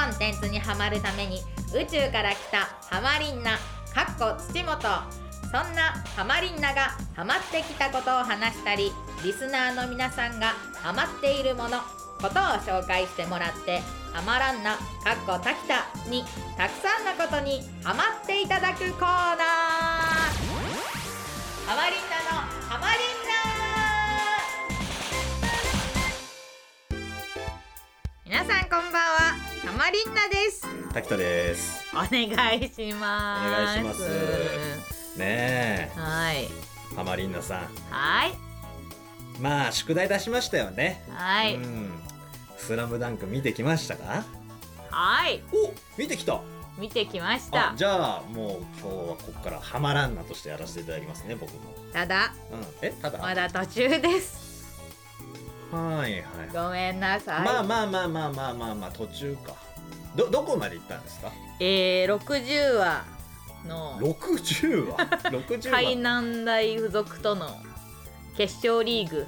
コンテンツにハマるために宇宙から来たハマリンナ土本、そんなハマリンナがハマってきたことを話したり、リスナーの皆さんがハマっているものことを紹介してもらって、ハマランナ滝田にたくさんのことにハマっていただくコーナー、ハマリンナのハマリンナ。皆さんこんばんは、ハマリンナです。 滝田です。 お願いします。 お願いしますねえ。 はい、 ハマリンナさん、 はい、 まあ宿題出しましたよね。 はい、 スラムダンク見てきましたか？ はい、 お、見てきた。 見てきました。 じゃあもう今日はここからハマランナとしてやらせていただきますね、僕も。 ただ、 ただまだ途中です。 はいはい。 ごめんなさい。 まあ途中か。どこまで行ったんですか ？60話の 60話60話海南大附属との決勝リーグ。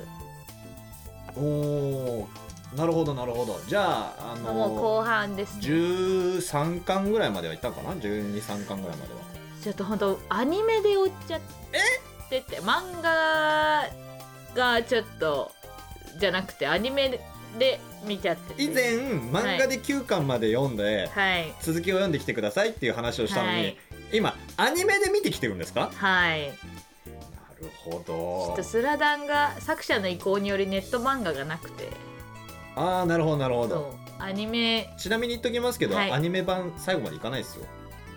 おー、なるほどなるほど。じゃあもう後半ですね。 13巻ぐらいまでは行ったのかな。12、13巻ぐらいまでは。 ちょっとほんとアニメで追っちゃってて、漫画がちょっとじゃなくてアニメで見ちゃってて、 以前漫画で9巻まで読んで、 はい、 続きを読んできてくださいっていう話をしたのに、 はい、 今アニメで見てきてるんですか？ はい。 なるほど。 ちょっとスラダンが作者の意向によりネット漫画がなくて、 なるほどなるほど。 アニメ、 ちなみに言っときますけど、 はい、 アニメ版最後までいかないですよ。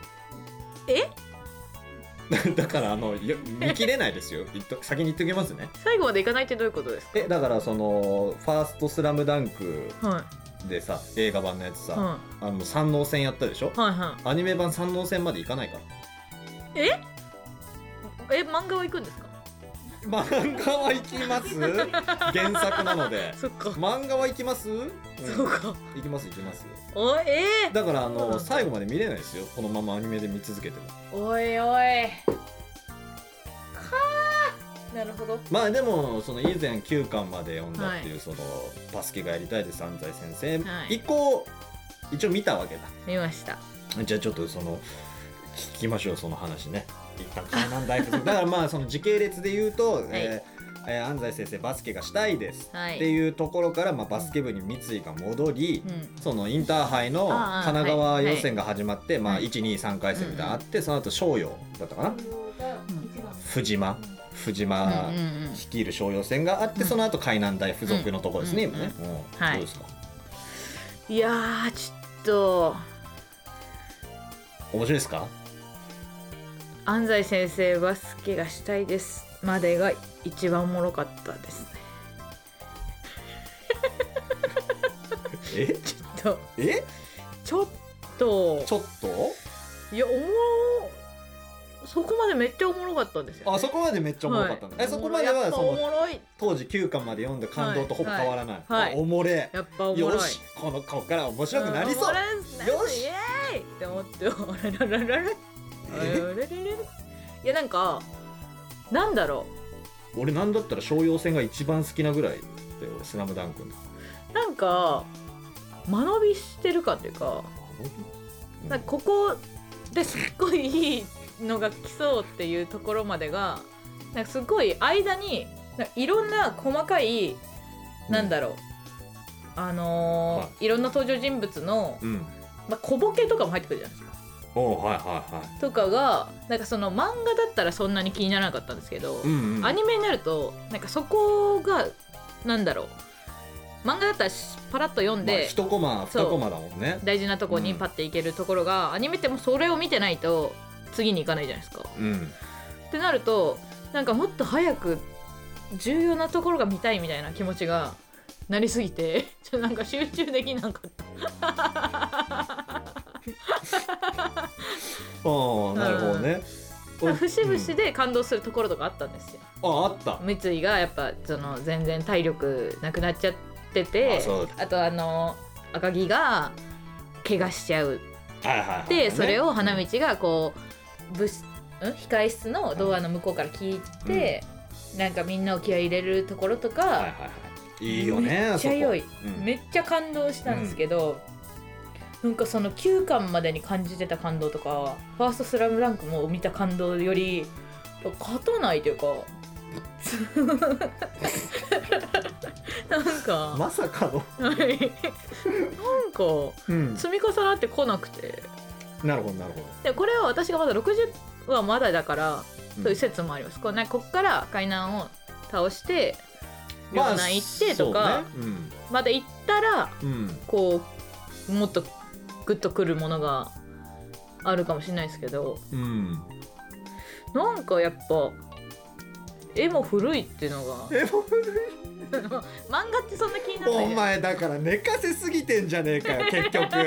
だから見切れないですよ。先に言っておきますね。 最後までいかないってどういうことですか？ だからそのファーストスラムダンクでさ、映画版のやつさ、三能戦やったでしょ。アニメ版三能戦までいかないから。 漫画は行くんですか？ 漫画は行きます原作なので。 そっか。 漫画は行きます？ そうか。 行きます行きます。 だから最後まで見れないですよ、このままアニメで見続けても。 おいおい。なるほど。 まあでもその以前9巻まで読んだっていう、そのバスケがやりたいです安西先生、以降一応見たわけだ。 見ました。 じゃあちょっと聞きましょう、その話ね。一旦海南大附属だからまあその時系列で言うと、安西先生バスケがしたいですっていうところから、バスケ部に三井が戻り、そのインターハイの神奈川予選が始まって、1、2、3回戦みたいなのあって、その後商陽だったかな、藤間率いる商陽戦があって、その後海南大附属のところですね、今ね。どうですか？ いやー、ちょっと面白いですか？ 安西先生バスケがしたいですまでが一番おもろかったですね。ちょっといや、そこまでめっちゃおもろかったんですよ、ね。 そこまでめっちゃおもろかったんだ。そこまではその当時9巻まで読んだ感動とほぼ変わらない。おもれ。 やっぱおもろい。 よし、こから面白くなりそう。よし。 イエーイって思って、いや、なんだろう。俺なんだったら商陽戦が一番好きなぐらいで、俺スラムダンクの。 間延びしてるかっていうか、ここですっごいいいのが来そうっていうところまでがすごい間にいろんな細かいいろんな登場人物の、小ボケとかも入ってくるじゃないですか。とかがその漫画だったらそんなに気にならなかったんですけど、アニメになるとそこが漫画だったらパラッと読んで、 1コマ2コマだもんね。 大事なとこにパッていけるところが、アニメってもうそれを見てないと次に行かないじゃないですか。ってなるともっと早く重要なところが見たいみたいな気持ちがなりすぎて、集中できなかった。 なるほどね。 節々で感動するところとかあったんですよ。 あった。 三井がやっぱ全然体力なくなっちゃってて、あと赤木が怪我しちゃう。でそれを花道が控室のドアの向こうから聞いて、みんなを気合い入れるところとか、 いいよね。 めっちゃ良い、めっちゃ感動したんですけど、 なんかその9巻までに感じてた感動とかファーストスラムダンクも見た感動より勝たないというかなんかまさかのなんか積み重なってこなくて、 なるほどなるほど。 でこれは私がまだ60はまだだからそういう説もあります、こっから海南を倒して両南行ってとか、まだ行ったら、こうもっとグッとくるものがあるかもしれないですけど、なんかやっぱ絵も古いっていうのが絵も古い漫画ってそんな気にならない。 お前だから寝かせすぎてんじゃねえかよ結局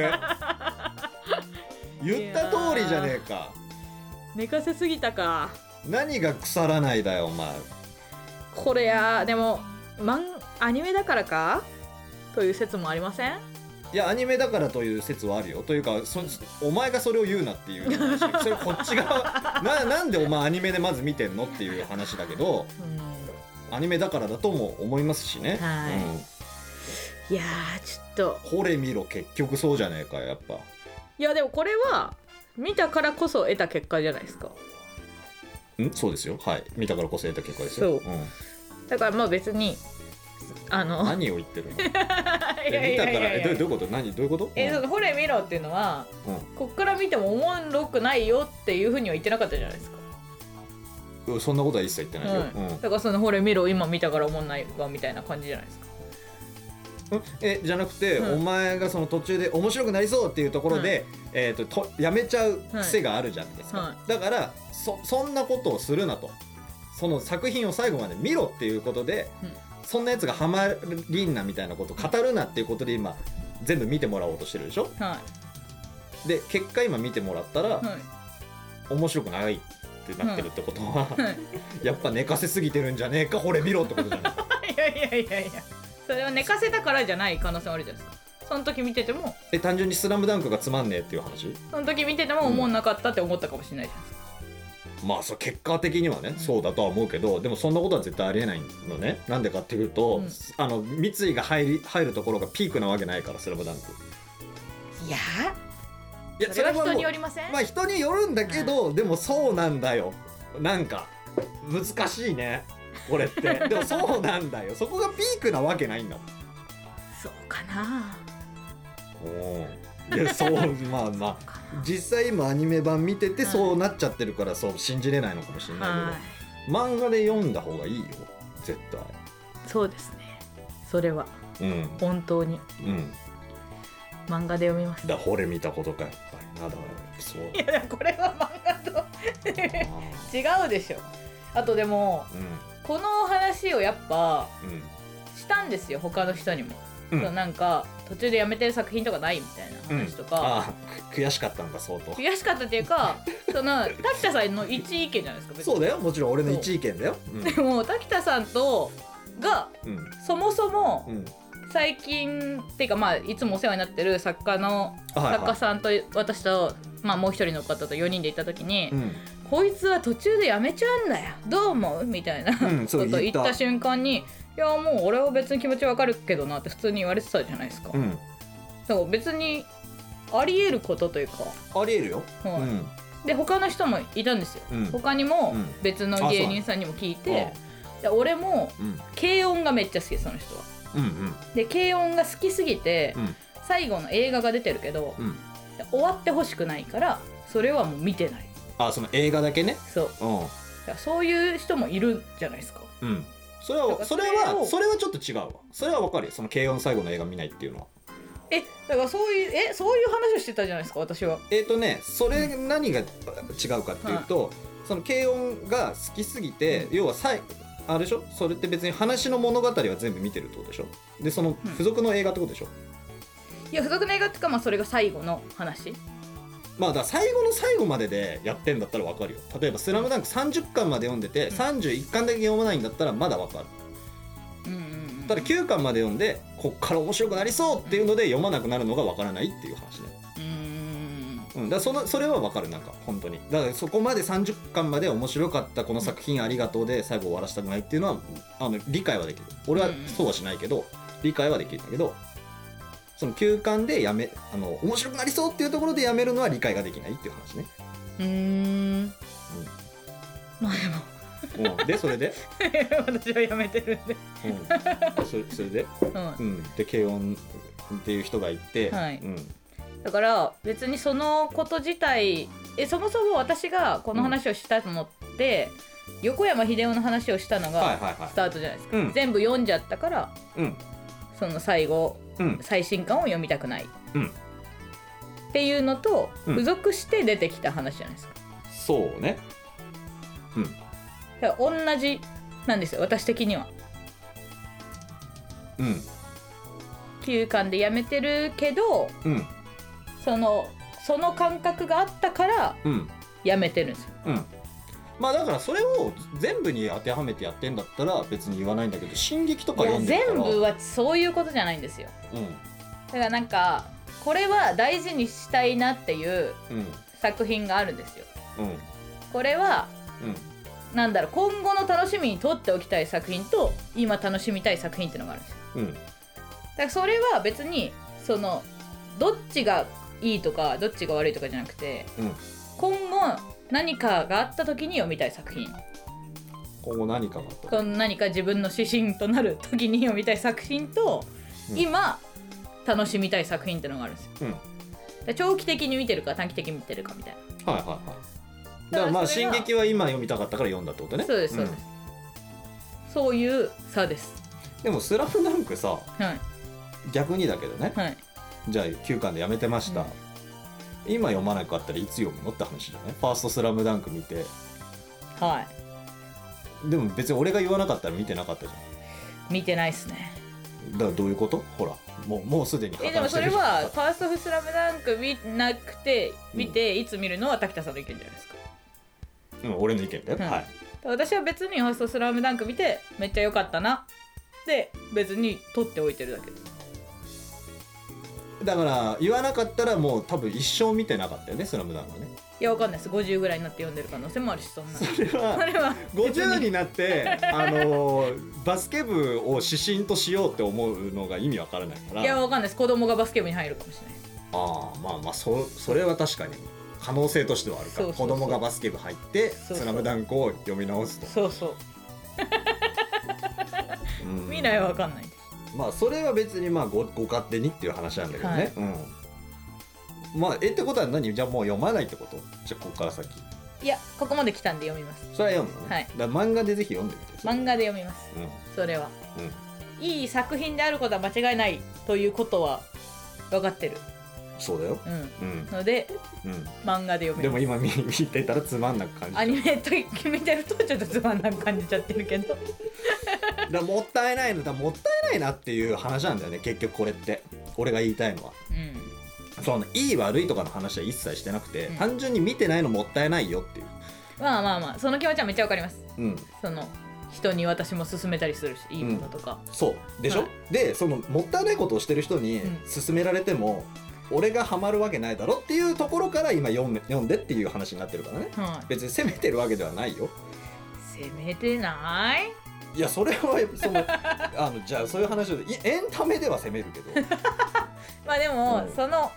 言った通りじゃねえか。 寝かせすぎたか。 何が腐らないだよお前。 これでもアニメだからかという説もありません？ いやアニメだからという説はあるよ。というかお前がそれを言うなっていう話それこっち側なんでお前アニメでまず見てんのっていう話だけど、アニメだからだとも思いますしね。 はい、いやちょっとほれ見ろ結局そうじゃねえかよやっぱ。 いやでもこれは見たからこそ得た結果じゃないですか。 そうですよ。はい見たからこそ得た結果ですよ。 だからまあ別に何を言ってるの見たからどういうことどういうこと？ ほれ見ろっていうのは、こっから見てもおもろくないよっていうふうには言ってなかったじゃないですか。 そんなことは一切言ってないよ。 だからそのほれ見ろ今見たからおもんないわみたいな感じじゃないですか。 じゃなくて、お前がその途中で面白くなりそうっていうところで、やめちゃう癖があるじゃないですか。だからそんなことをするなと。その作品を最後まで見ろっていうことで、そんなやつがハマりんなみたいなことを語るなっていうことで今全部見てもらおうとしてるでしょ。で結果今見てもらったら、面白くないってなってるってことは、やっぱ寝かせすぎてるんじゃねえかほれ見ろってことじゃない。 いやそれは寝かせたからじゃない可能性もあるじゃないですか。その時見てても単純にスラムダンクがつまんねえっていう話。 その時見てても思んなかったって思ったかもしれないじゃないですか。 まあそう結果的にはね、そうだとは思うけど、でもそんなことは絶対ありえないのね。なんでかっていうと、三井が入るところがピークなわけないからスラムダンク。 いやそれは人によりません？ まあ人によるんだけど、でもそうなんだよ。なんか難しいねこれってでもそうなんだよ。そこがピークなわけないんだもん。 そうかな。 いやそうまあ実際今アニメ版見ててそうなっちゃってるからそう信じれないのかもしれないけど、漫画で読んだ方がいいよ絶対。 そうですね。それは、本当に、漫画で読みます。 だほれ見たことかやっぱりな。だそう。 いやこれは漫画と違うでしょ。あとでも、この話をやっぱ、したんですよ他の人にも。なんか途中でやめてる作品とかないみたいな話とか、 悔しかったんだ相当。 悔しかったっていうかその滝田さんの一意見じゃないですか。別にそうだよもちろん俺の一意見だよ。 でも滝田さんが、そもそも、最近っていうかまあいつもお世話になってる作家さんと私と、もう一人の方と4人で行った時に、こいつは途中でやめちゃうんだよどう思うみたいなこと言った瞬間に、いやもう俺は別に気持ちわかるけどなって普通に言われてたじゃないですか。だから別にあり得ることというかあり得るよ。 で他の人もいたんですよ。他にも別の芸人さんにも聞いて、俺も軽音がめっちゃ好きその人は。で軽音が好きすぎて、最後の映画が出てるけど、終わってほしくないからそれはもう見てない。 その映画だけね。 そういう人もいるじゃないですか。それはちょっと違うわ。それはわかるよ。その軽音最後の映画見ないっていうのは。 だからそういう話をしてたじゃないですか私は。 それ何が違うかっていうと、その軽音が好きすぎて、要はあれでしょ。それって別に話の物語は全部見てるってことでしょ。でその付属の映画ってことでしょ。 いや付属の映画ってかそれが最後の話。 だから最後の最後まででやってんだったら分かるよ。例えば「スラムダンク30巻まで読んでて、31巻だけ読まないんだったらまだ分かる。ただ9巻まで読んでこっから面白くなりそうっていうので読まなくなるのが分からないっていう話ね。だからそれは分かる。なんか本当にだからそこまで30巻まで面白かったこの作品ありがとうで最後終わらせたくないっていうのは理解はできる。俺はそうはしないけど理解はできるんだけど、 その休館で面白くなりそうっていうところでやめるのは理解ができないっていう話ね。 まあでもでそれで私はやめてるんで、 それで、で軽音っていう人がいて、 だから別にそのこと自体そもそも私がこの話をしたのって、横山秀夫の話をしたのがスタートじゃないですか、全部読んじゃったから、その最後、最新刊を読みたくない、っていうのと付属して出てきた話じゃないですか。 そうね。 だから同じなんですよ私的には。休館でやめてるけど、その感覚があったからやめてるんですよ。 まあだからそれを全部に当てはめてやってんだったら別に言わないんだけど、進撃とか読んでるから全部はそういうことじゃないんですよ。だからなんかこれは大事にしたいなっていう作品があるんですよ。これは、なんだろう、今後の楽しみにとっておきたい作品と今楽しみたい作品っていうのがあるんですよ。だからそれは別にそのどっちがいいとかどっちが悪いとかじゃなくて、今後何かがあった時に読みたい作品、 今後何かがあったその何か自分の指針となる時に読みたい作品と、今楽しみたい作品っていうのがあるんですよ。で長期的に見てるか短期的に見てるかみたいな。だからまあ進撃は今読みたかったから読んだってことね。 そうですそうです、そういう差です。 でもスラムダンクさ、逆にだけどね、じゃあ9巻でやめてました、今読まなかったらいつ読むのって話じゃない。ファーストスラムダンク見て、でも別に俺が言わなかったら見てなかったじゃん。見てないっすね。 だからどういうこと？ほらもうすでに破綻してる。 でもそれはファーストスラムダンク見なくて見て、いつ見るのは滝田さんの意見じゃないですか。 俺の意見だよ。 私は別にファーストスラムダンク見てめっちゃ良かったなで別に取っておいてるだけだから言わなかったらもう多分一生見てなかったよね、スラムダンクね。 いやわかんないです。50ぐらいになって読んでる可能性もあるし、そんなそれは50になってバスケ部を指針としようって思うのが意味わからないから。 いやわかんないです。子供がバスケ部に入るかもしれない。 まあそれは確かに可能性としてはあるから。子供がバスケ部入ってスラムダンクを読み直すと。そう未来はわかんないです。 まあそれは別にご勝手にっていう話なんだけどね。まあってことは何？じゃあもう読まないってこと？じゃあここから先。 いやここまで来たんで読みます。 それは読むのね。だから漫画でぜひ読んでみて。 漫画で読みます。それは、いい作品であることは間違いないということは分かってる。 そうだよ。 ので、漫画で読めます。 でも今見てたらつまんなく感じ。 アニメと見てるとちょっとつまんなく感じちゃってるけど。 だもったいないなっていう話なんだよね、結局これって。俺が言いたいのは、そのいい悪いとかの話は一切してなくて、単純に見てないのもったいないよっていう。 まあその気持ちはめっちゃわかります。その人に私も勧めたりするし、いいものとか、 そうでしょ、でそのもったいないことをしてる人に勧められても、俺がハマるわけないだろっていうところから今読んでっていう話になってるからね、別に責めてるわけではないよ。 責めてない？ いやそれはじゃあそういう話をエンタメでは責めるけどまあでも、その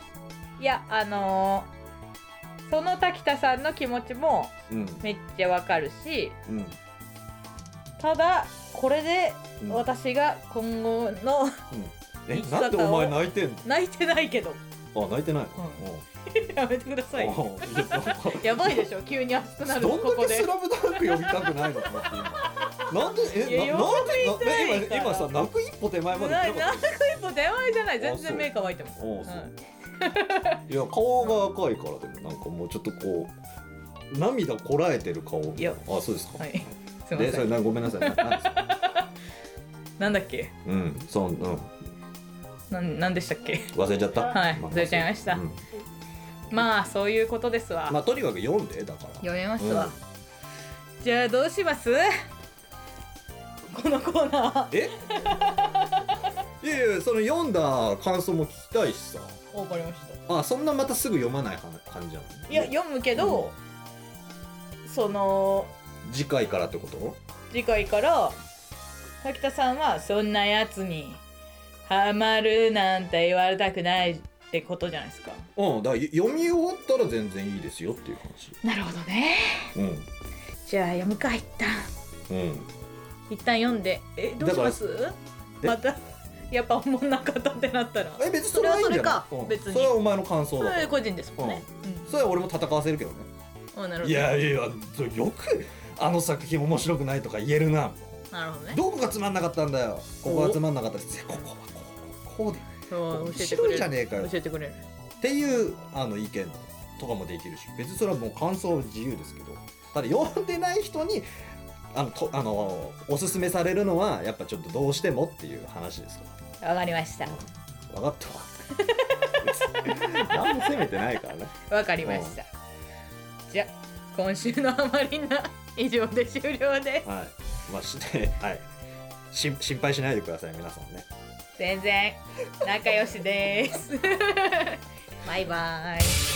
滝田さんの気持ちもめっちゃわかるし、ただこれで私が今後の生き方をなんでお前泣いてんの？ 泣いてないけど。 泣いてないの？ やめてください。やばいでしょ、急に熱くなる。 どんだけスラムダンク読みたくないのかなって今。なんで今さ泣く一歩手前まで泣く一歩手前じゃない、全然目乾いてます。 いや顔が赤いから、でもなんかもうちょっとこう涙こらえてる顔。いやそうですか。はい。でそれごめんなさい。 なんだっけ？なんでしたっけ？ 忘れちゃった。 はい、忘れちゃいました。まあそういうことですわ。 まあとにかく読んで、だから。 読めますわ。じゃあどうします？このコーナー。 いやその読んだ感想も聞きたいしさ。 わかりました。 そんなまたすぐ読まない感じじゃん。 いや読むけど、その次回からってこと？ 次回から滝田さんはそんなやつにハマるなんて言われたくないってことじゃないですか。 だから読み終わったら全然いいですよっていう話。 なるほどね。じゃあ読むか一旦。一旦読んでどうします？またやっぱ思んなかったってなったら別にそれはいいんじゃない？ 別にそれはお前の感想だから。 個人ですもんね。 それは俺も戦わせるけどね。 なるほど。 いやよくあの作品面白くないとか言えるな。 なるほどね。 どこがつまんなかったんだよ。ここがつまんなかったです。ここはこうで面白いじゃねえかよ。 教えてくれるっていう意見とかもできるし、別にそれはもう感想自由ですけど、ただ読んでない人におすすめされるのはやっぱちょっとどうしてもっていう話ですから。 わかりました。 分かったわ。何も責めてないからね。 わかりました。じゃあ今週のハマりんな以上で終了です。 はい。はい。心配しないでください皆さんね。 全然仲良しです。バイバイ。